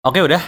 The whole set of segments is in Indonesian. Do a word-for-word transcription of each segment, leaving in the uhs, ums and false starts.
Oke, udah.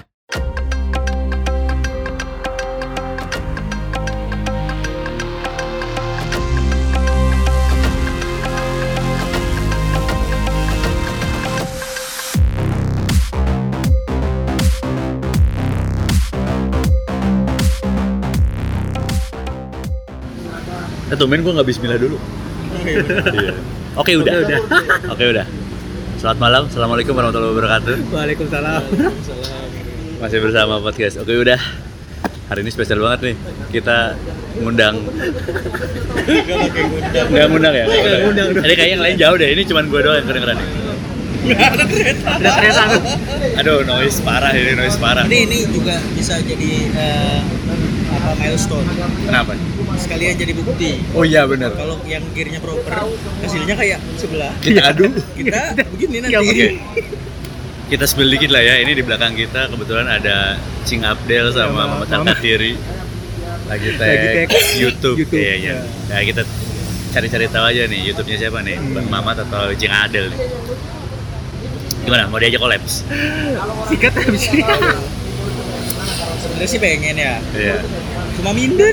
Eh, tumben gue nggak bismillah dulu. Iya. Oke, udah. Oke, udah. Oke, udah. Selamat malam. Assalamualaikum warahmatullahi wabarakatuh. Waalaikumsalam. Masih bersama podcast. Oke, udah. Hari ini spesial banget nih. Kita ngundang. Gak pakai ngundang. Nggak ngundang ya? Nggak Nggak ngundang. Ini kayaknya yang lain jauh deh. Ini cuma gue doang yang kedengeran nih. Nggak ada kereta. Ada kereta tuh. Aduh, noise parah ini, noise parah. Ini ini juga bisa jadi eh, apa milestone. Kenapa? Sekalian jadi bukti. Oh iya, benar. Kalau yang gearnya proper, hasilnya kayak sebelah. Kita adu. Kita begini nanti. Yang begini. Kita spill dikit lah ya. Ini di belakang kita kebetulan ada Cing Abdel sama Sama Muhammad Mama. Al-Katiri lagi tag, Lagi tag YouTube, YouTube, kayaknya. ya. Nah, kita cari-cari tahu aja nih YouTube-nya siapa nih, Bang Mamat atau Cing Adel nih. Gimana? Mau diajak kolaps? Sikat habis ini. Sebenarnya sih pengen ya. Iya. Cuma minder.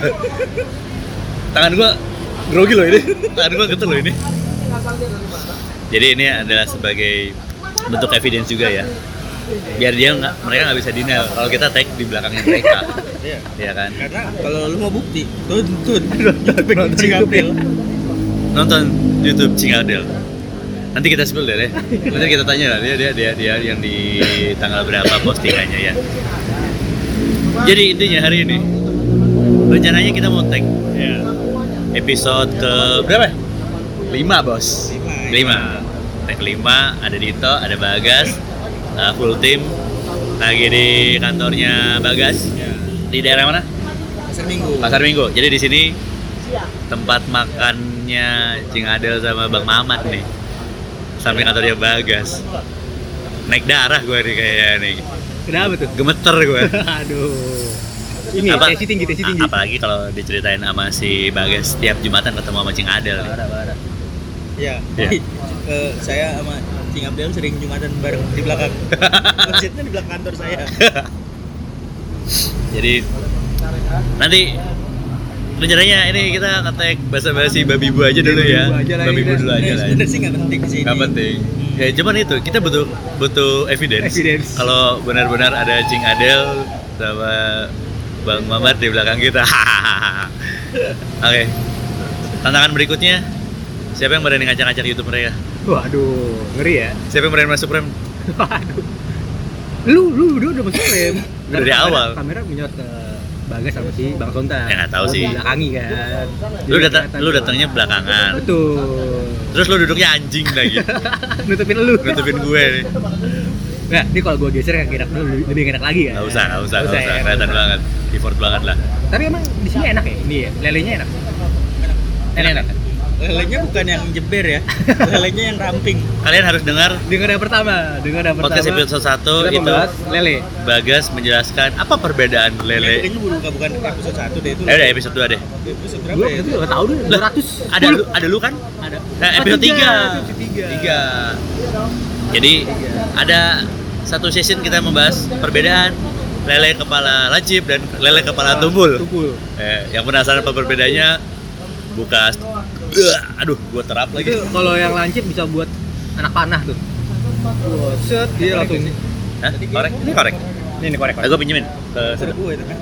Tangan gua grogi loh ini. Tangan gua getar loh ini. Jadi ini adalah sebagai bentuk evidence juga ya. Biar dia nggak, mereka nggak bisa denial kalau kita tag di belakangnya mereka. Iya. Iya kan? Karena kalau lu mau bukti, tuntun. Nonton Cing YouTube Abdel. Nonton YouTube Cing Adel. Nanti kita spill deh, deh. Nanti kita tanya lah dia dia dia dia yang di tanggal berapa postingannya ya. Jadi intinya hari ini rencananya kita mau tag Ya. episode ke berapa? Lima bos. Lima. Lima. Tag lima ada Dito, ada Bagas, uh, full team lagi di kantornya Bagas. Ya. Di daerah mana? Pasar Minggu. Pasar Minggu. Jadi di sini tempat makannya Cing Adel sama Bang Mamat nih. Sampai kantornya Bagas. Naik darah gue nih kayaknya nih. Kenapa tuh? Gemeter gue. Aduh. Ini Apa- tensi tinggi, tensi tinggi. A- Apalagi kalau diceritain sama si Bagas setiap Jumatan ketemu sama Cing Adel. Parah, parah. Ya. Ya. Eh, saya sama Cing Abdel sering jumatan bareng di belakang. Masjidnya di belakang kantor saya. Jadi nanti rencananya ini kita nge-tag basa-basi babi bu aja dulu ya. Babi bu aja lah Babi ini, bu dulu Nah, aja lah. sebenarnya sih nggak penting sih. Gak penting. Ya cuman itu kita butuh butuh evidence. Evidence. Kalau benar-benar ada Cing Adel sama Bang Mamat di belakang kita. Oke. Tantangan berikutnya, siapa yang berani ngacak-ngacak YouTube mereka? Waduh, ngeri ya. Siapa yang berani masuk frame? Waduh. Lu lu udah udah masuk frame. Udah dari Kamera- awal. Kamera menyot ke Bagas sama si Bang Sonta. Ya, nggak tahu sih. Belakangi kan. Lu Jadi datang kelihatan lu tuh. datangnya belakangan. Betul. Terus lu duduknya anjing lagi. Nutupin lu. Nutupin gue nih. Nah, ini kalau gue geser yang enak dulu lebih enak lagi kan. Gak usah, gak usah, gak usah. ya. Kelihatan banget. Effort banget lah. Tapi emang di sini enak ya? Ini ya, lelenya enak. Enak enak. Lelenya bukan yang jeber ya. Lelenya yang ramping. Kalian harus dengar Dengar yang pertama, dengar yang podcast pertama. episode satu Kita itu membahas lele. Bagas menjelaskan apa perbedaan lele. Kayaknya bukan bukan episode satu deh itu. Eh udah episode dua deh. Episode berapa Gue ya? itu enggak tahu deh, dua ratus. Ada lu, ada lu kan? Ada. Nah, episode Oh, tiga. Episode tiga. Tiga. Jadi ada satu session kita membahas perbedaan lele kepala lancip dan lele kepala tumpul. Tumpul. Eh, yang penasaran apa perbedaannya buka. Uh, aduh, gua terap lagi. Itu kalau yang lancip bisa buat anak panah tuh. Wah, set dia langsung. Hah? Korek? Ini korek. Ini nih korek. Eh, gua pinjemin ke Episode gue itu kan.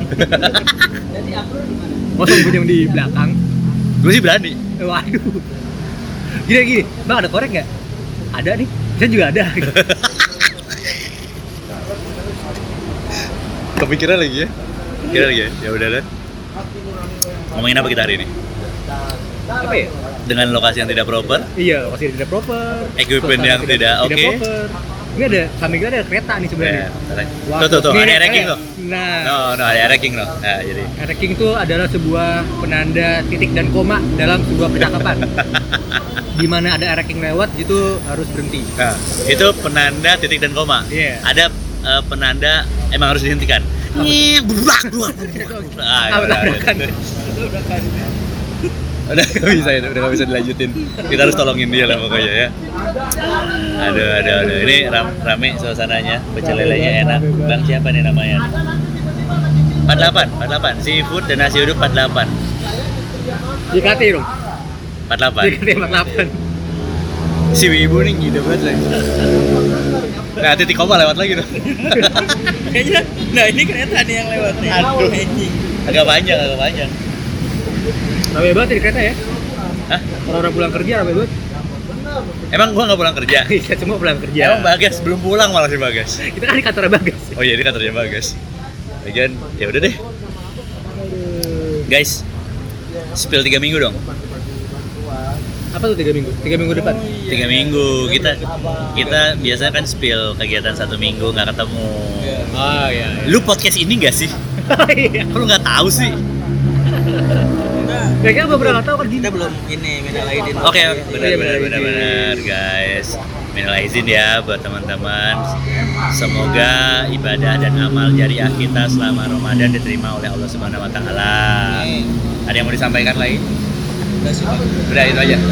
Masa gue yang di belakang. Gue sih berani. Eh, Waduh. Gini gini, Bang ada korek nggak? Ada nih. Saya juga ada. Kepikiran lagi ya? Kepikiran lagi ya? Ya udah deh. Ngomongin apa kita hari ini? Apa ya? Dengan lokasi yang tidak proper, Iya, masih tidak proper. Equipment Suasana yang tidak oke. proper. Ini ada samping kita ada kereta nih sebenarnya. ya, tuh tuh tuh, Nih, ada nih, ranking eh, loh. Nah, No, no, ada ranking loh. Nah, jadi ranking itu adalah sebuah penanda titik dan koma dalam sebuah percakapan. Di mana ada ranking lewat itu harus berhenti. nah, itu penanda titik dan koma. Iya. Ada eh, penanda emang harus dihentikan. Nih, burak, burak, burak. Ah, ya Apa udah, tabrakan? ya udah. Udah nggak bisa itu, udah nggak bisa dilanjutin. Kita harus tolongin dia lah pokoknya ya. Aduh, aduh, aduh. Ini ram, rame suasananya, pecel lelenya enak. Bang siapa nih namanya? empat puluh delapan, empat puluh delapan. Seafood dan nasi uduk empat puluh delapan. J K T dong. empat puluh delapan. J K T empat puluh delapan. Si Wibu nih gitu banget lagi. Nah, titik koma lewat lagi tuh. Kayaknya, nah ini kereta nih yang lewat nih. Aduh. Anjing. Agak panjang, agak panjang. Rame banget di kereta ya. Hah? Orang-orang pulang kerja rame banget. Emang gua nggak pulang kerja? Iya, semua pulang kerja. Emang Bagas belum pulang malah si Bagas. Kita kan di kantor Bagas. Oh iya, ini kantornya Bagas. Lagian, ya udah deh. Guys, spill tiga minggu dong. Apa tuh tiga minggu? Tiga minggu depan. Tiga minggu kita kita biasanya kan spill kegiatan satu minggu nggak ketemu. Oh iya. Lu podcast ini nggak sih? Iya. Kok lu nggak tahu sih? Kita, Kayaknya beberapa nggak tahu kan kita belum ini minal aidin. Oke, Iya, benar benar benar, benar izin. benar guys. Minal izin ya buat teman-teman. Semoga ibadah dan amal jariah kita selama Ramadan diterima oleh Allah Subhanahu wa taala. Amin. Ada yang mau disampaikan lain? Udah sih, Pak. Udah itu aja.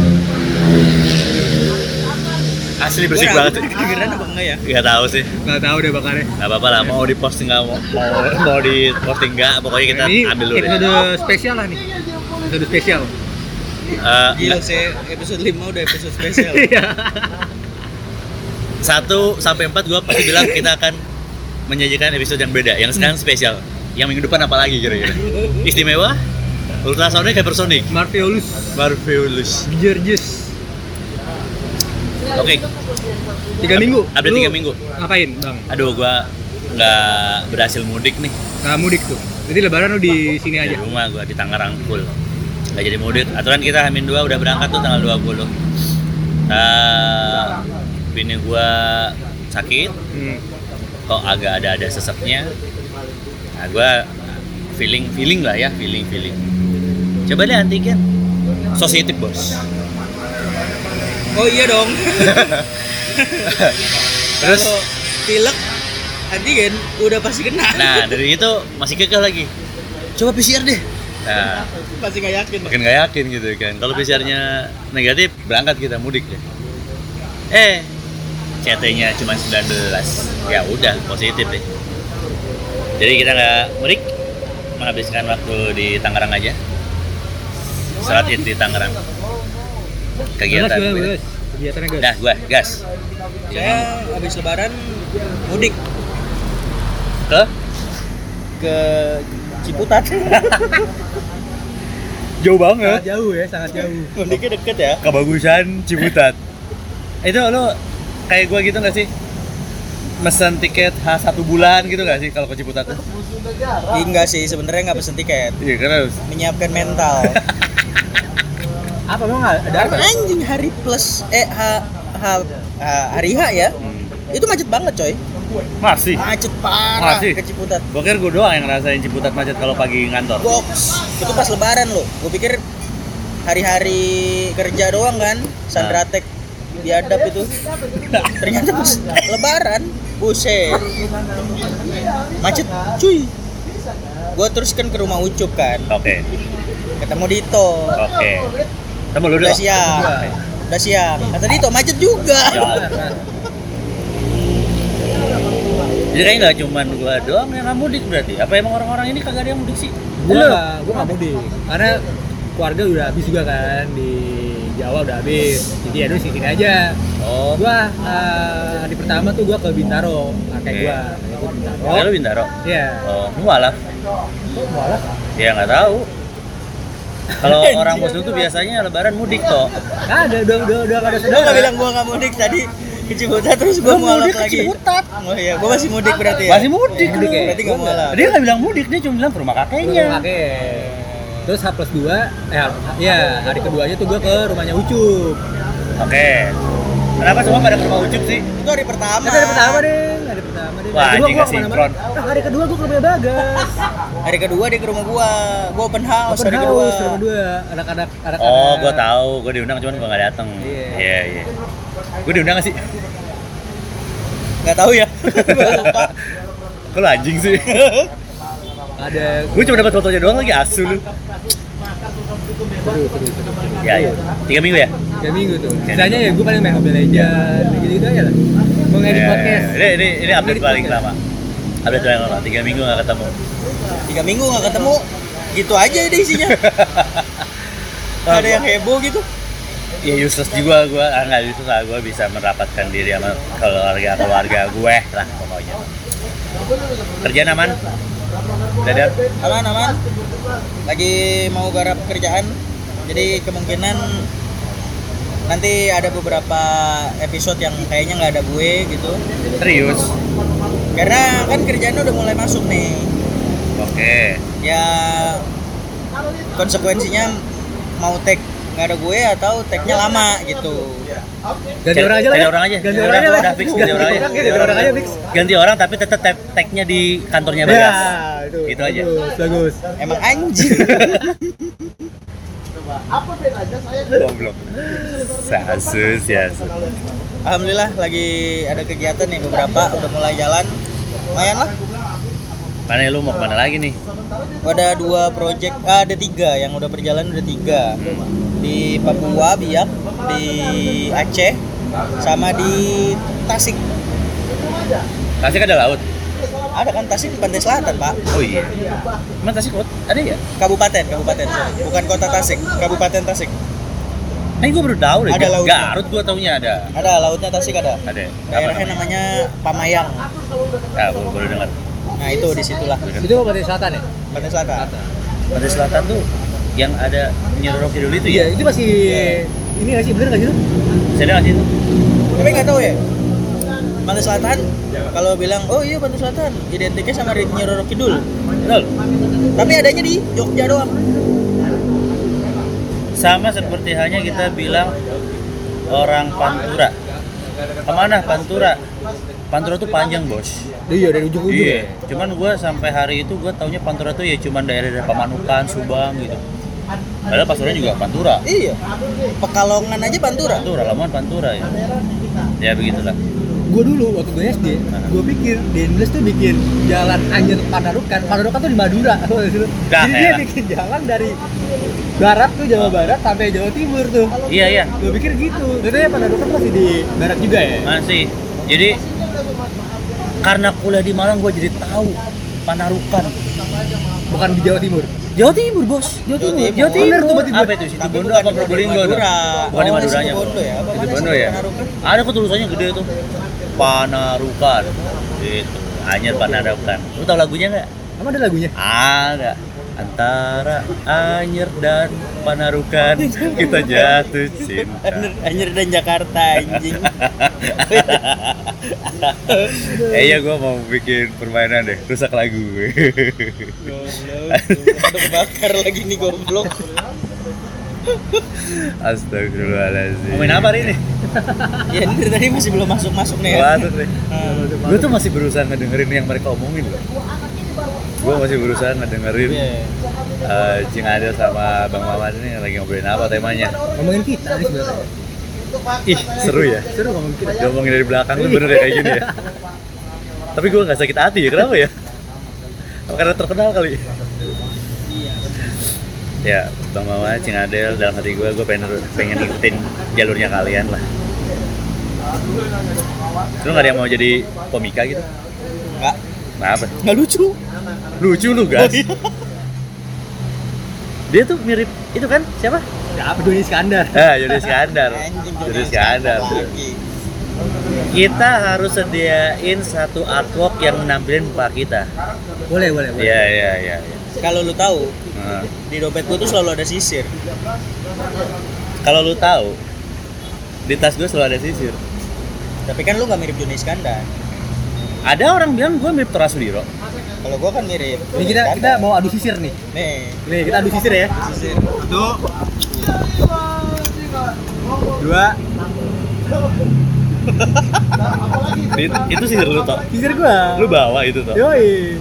Asli bersih Gua banget. rambut kedengeran apa enggak ya? Gak tahu sih. Nggak tahu deh bakarnya. Gak apa-apa lah, mau diposting nggak mau, mau mau diposting nggak, pokoknya kita Ini ambil dulu. deh. episode spesial lah nih. Episode spesial. Eh, Gila sih, episode lima udah episode spesial. Iya. satu sampai empat gue pasti bilang kita akan menyajikan episode yang beda. Yang sekarang spesial. Yang minggu depan apa lagi kira-kira? Istimewa? Ultrasonic, hypersonic? Marvelous. Marvelous. Georges. Oke, Tiga minggu. update Lu tiga minggu. Ngapain, Bang? Aduh, gue nggak berhasil mudik nih. Nah, mudik tuh. Jadi lebaran lu di sini Di aja. rumah gue di Tangerang full. Nggak jadi mudik. Aturan kita Hamin dua udah berangkat tuh tanggal dua puluh. Uh, bini gue sakit. Hmm. Kok agak ada-ada seseknya. Nah, gue feeling feeling lah ya, feeling feeling. Coba deh antigen. Positif bos. Oh iya dong. Terus, Kalau pilek antigen udah pasti kena. nah dari itu masih kekeh lagi. Coba P C R deh. Nah, Pasti nggak yakin. makin nggak yakin gitu kan. Kalau P C R-nya negatif, berangkat kita mudik deh. Eh, C T-nya cuma sembilan belas. Ya udah, positif deh. Jadi kita nggak mudik, menghabiskan waktu di Tangerang aja. Salat Id di Tangerang. Kegiatan. Bagas, bagas, bagas. Kegiatannya gas. Dah, gua gas. Saya habis lebaran mudik Ke ke Ciputat. jauh banget. Sangat jauh ya, sangat jauh. Mudiknya deket ya. Kebagusan Ciputat. Itu lo kayak gua gitu nggak sih? Mesen tiket H satu bulan gitu nggak sih kalau ke Ciputat tuh? Ih, enggak sih, sebenarnya nggak pesen tiket. Iya kan harus. Menyiapkan mental. Apa emang nggak ada apa? Anjing hari plus eh ha, ha, ha- hari H ya. Hmm. Itu macet banget coy. Masih. Macet parah Masih? ke Ciputat. Gua kira gua doang yang ngerasain Ciputat macet kalau pagi ngantor. Box. Itu pas lebaran loh. Gue pikir hari-hari kerja doang kan. Sandratek biadab itu. Ternyata pas lebaran, buset. Macet cuy. Gue terus kan ke rumah Ucup kan. Oke. Ketemu Dito. Oke. Temu lu Udah dong. siang. Udah siang. Kata Dito macet juga. Ya. Jadi kayaknya nggak cuma gua doang yang nggak mudik berarti. Apa emang orang-orang ini kagak ada yang mudik sih? Gua, gua nggak mudik. Karena keluarga udah habis juga kan di Jawa udah habis. Jadi ya udah sini aja. Oh, Gua eh, hari pertama tuh gua ke Bintaro, kakek Oke. gua. Kakek gua Bintaro. oh. Lu Bintaro? Iya. Oh, mualaf. Kok malah? Ya nggak tahu. Kalau orang Muslim tuh biasanya lebaran mudik toh. Nggak ada, udah udah udah nggak ada Gue saudara. gak bilang gue gak mudik tadi ke Ciputat terus gue Lu mualaf mudik ke lagi. Ciputat. Oh iya, gue masih mudik berarti ya. Masih mudik Mudik lu. ya? Berarti gak mualaf. Dia nggak bilang mudik, dia cuma bilang ke rumah kakeknya. Kakek. Terus H plus dua, eh ya hari keduanya tuh gua ke rumahnya Ucup. Oke. Kenapa semua pada ke rumah Ucup sih? Itu hari pertama. Itu hari pertama deh, hari pertama deh. Wah, Hari kedua anjing gua nggak kemana-mana. sinkron. Nah, hari kedua gua ke rumah Bagas. Hari kedua dia ke rumah gua. Gua open house Open hari house, kedua. hari kedua. Anak-anak, anak-anak. Oh, gua tahu, gua diundang cuman gua nggak datang. Iya. Iya, iya. Gua diundang nggak sih? Gak tahu ya. Gua lupa. Kok lu anjing sih? Ada Gua cuma dapat fotonya doang lagi asu lu. Seru, seru, seru. Ya, ya. Tiga minggu ya? Tiga minggu tuh. Sisanya ya gue paling main Mobile Legends, gitu-gitu aja lah. Mau ngedit Ya, podcast. Ini, ini, ini update Ngedit paling podcast. lama. Update paling lama. Tiga minggu nggak ketemu. Tiga minggu nggak ketemu, gitu aja deh isinya. Gak ada yang heboh gitu. Ya useless juga gue, ah, nggak useless lah, gue bisa merapatkan diri sama keluarga keluarga gue lah pokoknya. Kerjaan aman? Dadah. Aman aman. Lagi mau garap kerjaan. Jadi kemungkinan nanti ada beberapa episode yang kayaknya nggak ada gue gitu. Serius? Karena kan kerjaannya udah mulai masuk nih. Oke. Ya konsekuensinya mau tag nggak ada gue atau tagnya lama gitu. Ganti orang aja lah. Ganti ya. orang aja. Ganti orang aja lah. Udah fix, ganti orang aja. Ganti orang aja fix. Ganti orang tapi tetap tag- tag-nya di kantornya Ya, Bagas. itu. Gitu aja. Bagus, bagus. Emang anjing. Goblok. Sasus ya. Alhamdulillah lagi ada kegiatan nih beberapa udah mulai jalan. Lumayan lah. Mana lu mau kemana lagi nih? Ada dua project, ah, ada tiga yang udah berjalan udah tiga di Papua, Biak, di Aceh, sama di Tasik. Tasik ada laut. Ada kan Tasik di pantai selatan pak? Oh iya. Emang Tasik laut? Ada ya? Kabupaten, kabupaten, sorry. Bukan kota Tasik, Kabupaten Tasik. Nah, gue baru tahu deh. Ada lautnya. Garut gue taunya ada. Ada lautnya Tasik ada. Ada. Daerahnya namanya Pamayang. Ah, gue baru dengar. Nah itu di situlah, Itu Pantai Selatan ya? pantai selatan. Pantai Selatan tuh yang ada Nyeroro Kidul itu Iya, ya? itu masih ini nggak sih, bener nggak sih itu? Saya nggak sih itu. Tapi nggak tahu ya. Pantai Selatan, kalau bilang oh iya Pantai Selatan, identiknya sama Nyi Roro Kidul. Betul. Tapi adanya di Jogja doang. Sama seperti halnya kita bilang orang Pantura. Kemana Pantura? Pantura tuh panjang bos. Iya, dari ujung ke ujung. Iya. Cuman gue sampai hari itu gue taunya Pantura tuh ya cuman daerah-daerah Pamanukan, Subang gitu. Padahal Pantura juga Pantura. Iya. Pekalongan aja Pantura. Pantura, Lamongan Pantura ya. Ya begitulah. Gue dulu waktu gue S D, gue pikir Denles tuh bikin jalan Anyer Panarukan. Panarukan tuh di Madura. Dah, Jadi dia elah. bikin jalan dari barat tuh Jawa Barat sampai Jawa Timur tuh. Iya iya. Gue pikir gitu. Ternyata Panarukan masih di barat juga ya. Masih. Jadi karena kuliah di Malang gue jadi tahu Panarukan. Bukan di Jawa Timur. Jawa Timur bos. Jawa Timur. Jawa Timur. Bener tuh, berarti Apa itu situ Tapi Bondo bukan apa di Probolinggo? tuh? Madura. Bukan di Oh, Maduranya. situ Bondo ya? Apa Situ mana Bondo sih ya. Panarukan? Ada kok tulisannya gede tuh. Panarukan. Gitu. Anyer Panarukan. Lu tahu lagunya nggak? Emang ada lagunya? Ada. Antara Anyer dan Panarukan kita jatuh cinta. Anyer, Anyer dan Jakarta anjing. Eh iya gue mau bikin permainan deh, rusak lagu gue. Aduh kebakar lagi nih goblok. Astagfirullahaladzim. Mau main apa hari ini? Ya ini dari tadi masih belum masuk-masuk nih ya. Masuk deh. Nah, Gue tuh masih berusaha ngedengerin yang mereka omongin loh. Gue masih berusaha ngedengerin iya. uh, Cing Adel sama Bang Mamat ini lagi ngobrolin apa temanya. Ngomongin kita nih sebenarnya. Ih seru ya. Seru ngomongin kita. Ngomongin dari belakang tuh bener ya kayak gini ya. Tapi gue nggak sakit hati ya, kenapa ya? Apa karena terkenal kali? Ya, Bang Mamat, Cing Adel, dalam hati gue, gue pengen, pengen ikutin jalurnya kalian lah. Lu nggak ada yang mau jadi komika gitu? Enggak, Kenapa? enggak lucu. Lucu lu Oh, guys. iya. Dia tuh mirip itu kan siapa? Ya, apa Doni Iskandar? Ah, Yudi Iskandar. Anjing Yudi Iskandar. lagi. Kita harus sediain satu artwork yang menampilkan muka kita. Boleh, boleh, boleh. Iya, iya, iya. Kalau lu tahu, Nah, di dompet gua tuh selalu ada sisir. kalau lu tahu di tas gue selalu ada sisir. Tapi kan lu nggak mirip Joni Iskandar. Ada orang bilang gue mirip Tora Sudiro. Kalau gua kan mirip. Ini kita kita mau adu sisir nih. Nih, Nih, kita adu sisir ya. sisir. Satu. Dua. It- itu sisir lu toh. Sisir gua. Lu bawa itu toh. Yoi.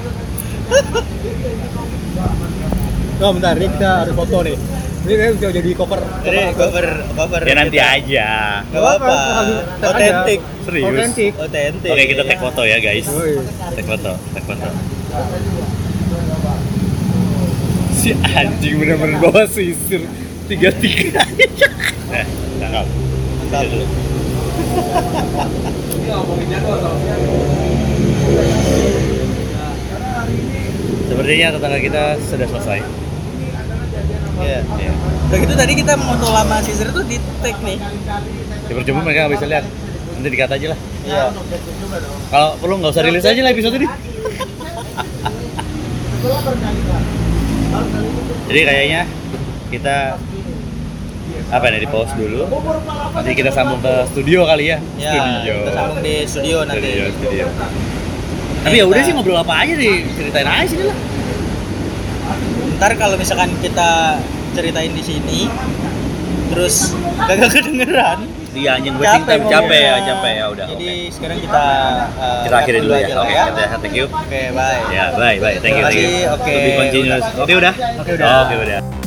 Oh, bentar, ini kita harus foto nih. Ini kayaknya bisa jadi cover. Ini cover cover. Ya nanti aja. Gak apa-apa. Otentik. Serius. Otentik. Otentik. Oke, kita take foto ya guys. Yoi. Take foto, take foto. Si anjing bener-bener bawa sisir tiga-tiga. Nah, tangkap. Mantap lu. Sepertinya tetangga kita sudah selesai. Iya. Ya. Udah gitu tadi kita foto lama sisir tuh di tag nih. Ya percuma mereka nggak bisa lihat. Nanti dikat aja lah. Iya. Kalau perlu nggak usah rilis aja lah episode ini. Jadi kayaknya kita apa nih di pause dulu. Nanti kita sambung ke studio kali ya. Ya, Studio. kita sambung di studio nanti. Studio, studio. Tapi ya udah sih ngobrol apa aja deh, ceritain aja sini lah. Ntar kalau misalkan kita ceritain di sini, terus kagak kedengeran. Iya anjing gue capek, capek ya, ngomongnya. capek ya udah. Jadi Oke. sekarang kita uh, Kita akhiri cut dulu ya. aja lah Oke, ya. kita thank you. Oke, bye. Ya, bye, bye. Thank you, thank you. Terima kasih, oke. Lebih continuous. Oke udah. Oke, udah. Oke udah.